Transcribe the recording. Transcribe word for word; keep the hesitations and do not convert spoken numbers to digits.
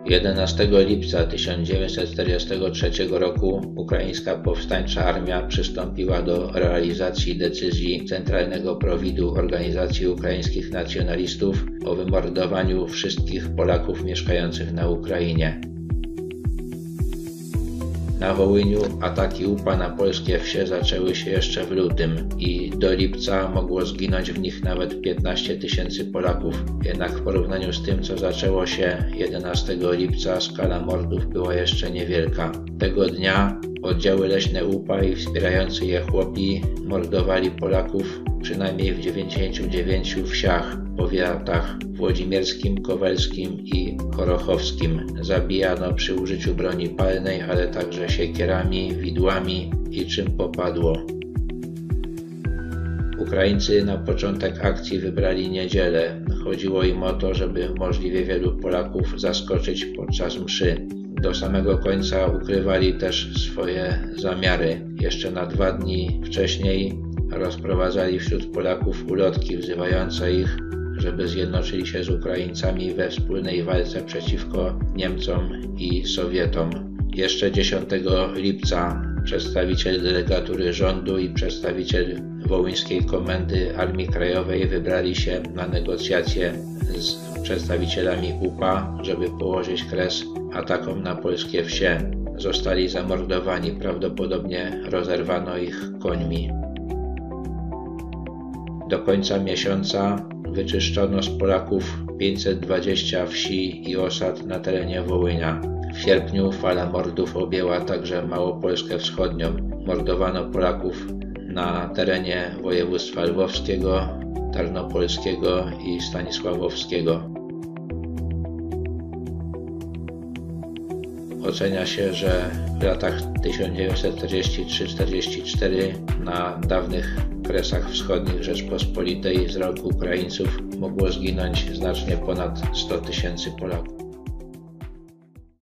jedenastego lipca tysiąc dziewięćset czterdziestego trzeciego roku ukraińska powstańcza armia przystąpiła do realizacji decyzji Centralnego Prowidu Organizacji Ukraińskich Nacjonalistów o wymordowaniu wszystkich Polaków mieszkających na Ukrainie. Na Wołyniu ataki U P A na polskie wsie zaczęły się jeszcze w lutym i do lipca mogło zginąć w nich nawet piętnaście tysięcy Polaków. Jednak w porównaniu z tym, co zaczęło się jedenastego lipca, skala mordów była jeszcze niewielka. Tego dnia oddziały leśne U P A i wspierający je chłopi mordowali Polaków przynajmniej w dziewięćdziesięciu dziewięciu wsiach, powiatach włodzimierskim, kowelskim i chorochowskim. Zabijano przy użyciu broni palnej, ale także siekierami, widłami i czym popadło. Ukraińcy na początek akcji wybrali niedzielę. Chodziło im o to, żeby możliwie wielu Polaków zaskoczyć podczas mszy. Do samego końca ukrywali też swoje zamiary. Jeszcze na dwa dni wcześniej rozprowadzali wśród Polaków ulotki wzywające ich, żeby zjednoczyli się z Ukraińcami we wspólnej walce przeciwko Niemcom i Sowietom. Jeszcze dziesiątego lipca przedstawiciel delegatury rządu i przedstawiciel Wołyńskiej Komendy Armii Krajowej wybrali się na negocjacje z przedstawicielami U P A, żeby położyć kres atakom na polskie wsie. Zostali zamordowani, prawdopodobnie rozerwano ich końmi. Do końca miesiąca wyczyszczono z Polaków pięćset dwadzieścia wsi i osad na terenie Wołynia. W sierpniu fala mordów objęła także Małopolskę Wschodnią. Mordowano Polaków na terenie województwa lwowskiego, tarnopolskiego i stanisławowskiego. Ocenia się, że w latach tysiąc dziewięćset czterdziestym trzecim do czterdziestego czwartego na dawnych kresach wschodnich Rzeczpospolitej z rąk Ukraińców mogło zginąć znacznie ponad sto tysięcy Polaków.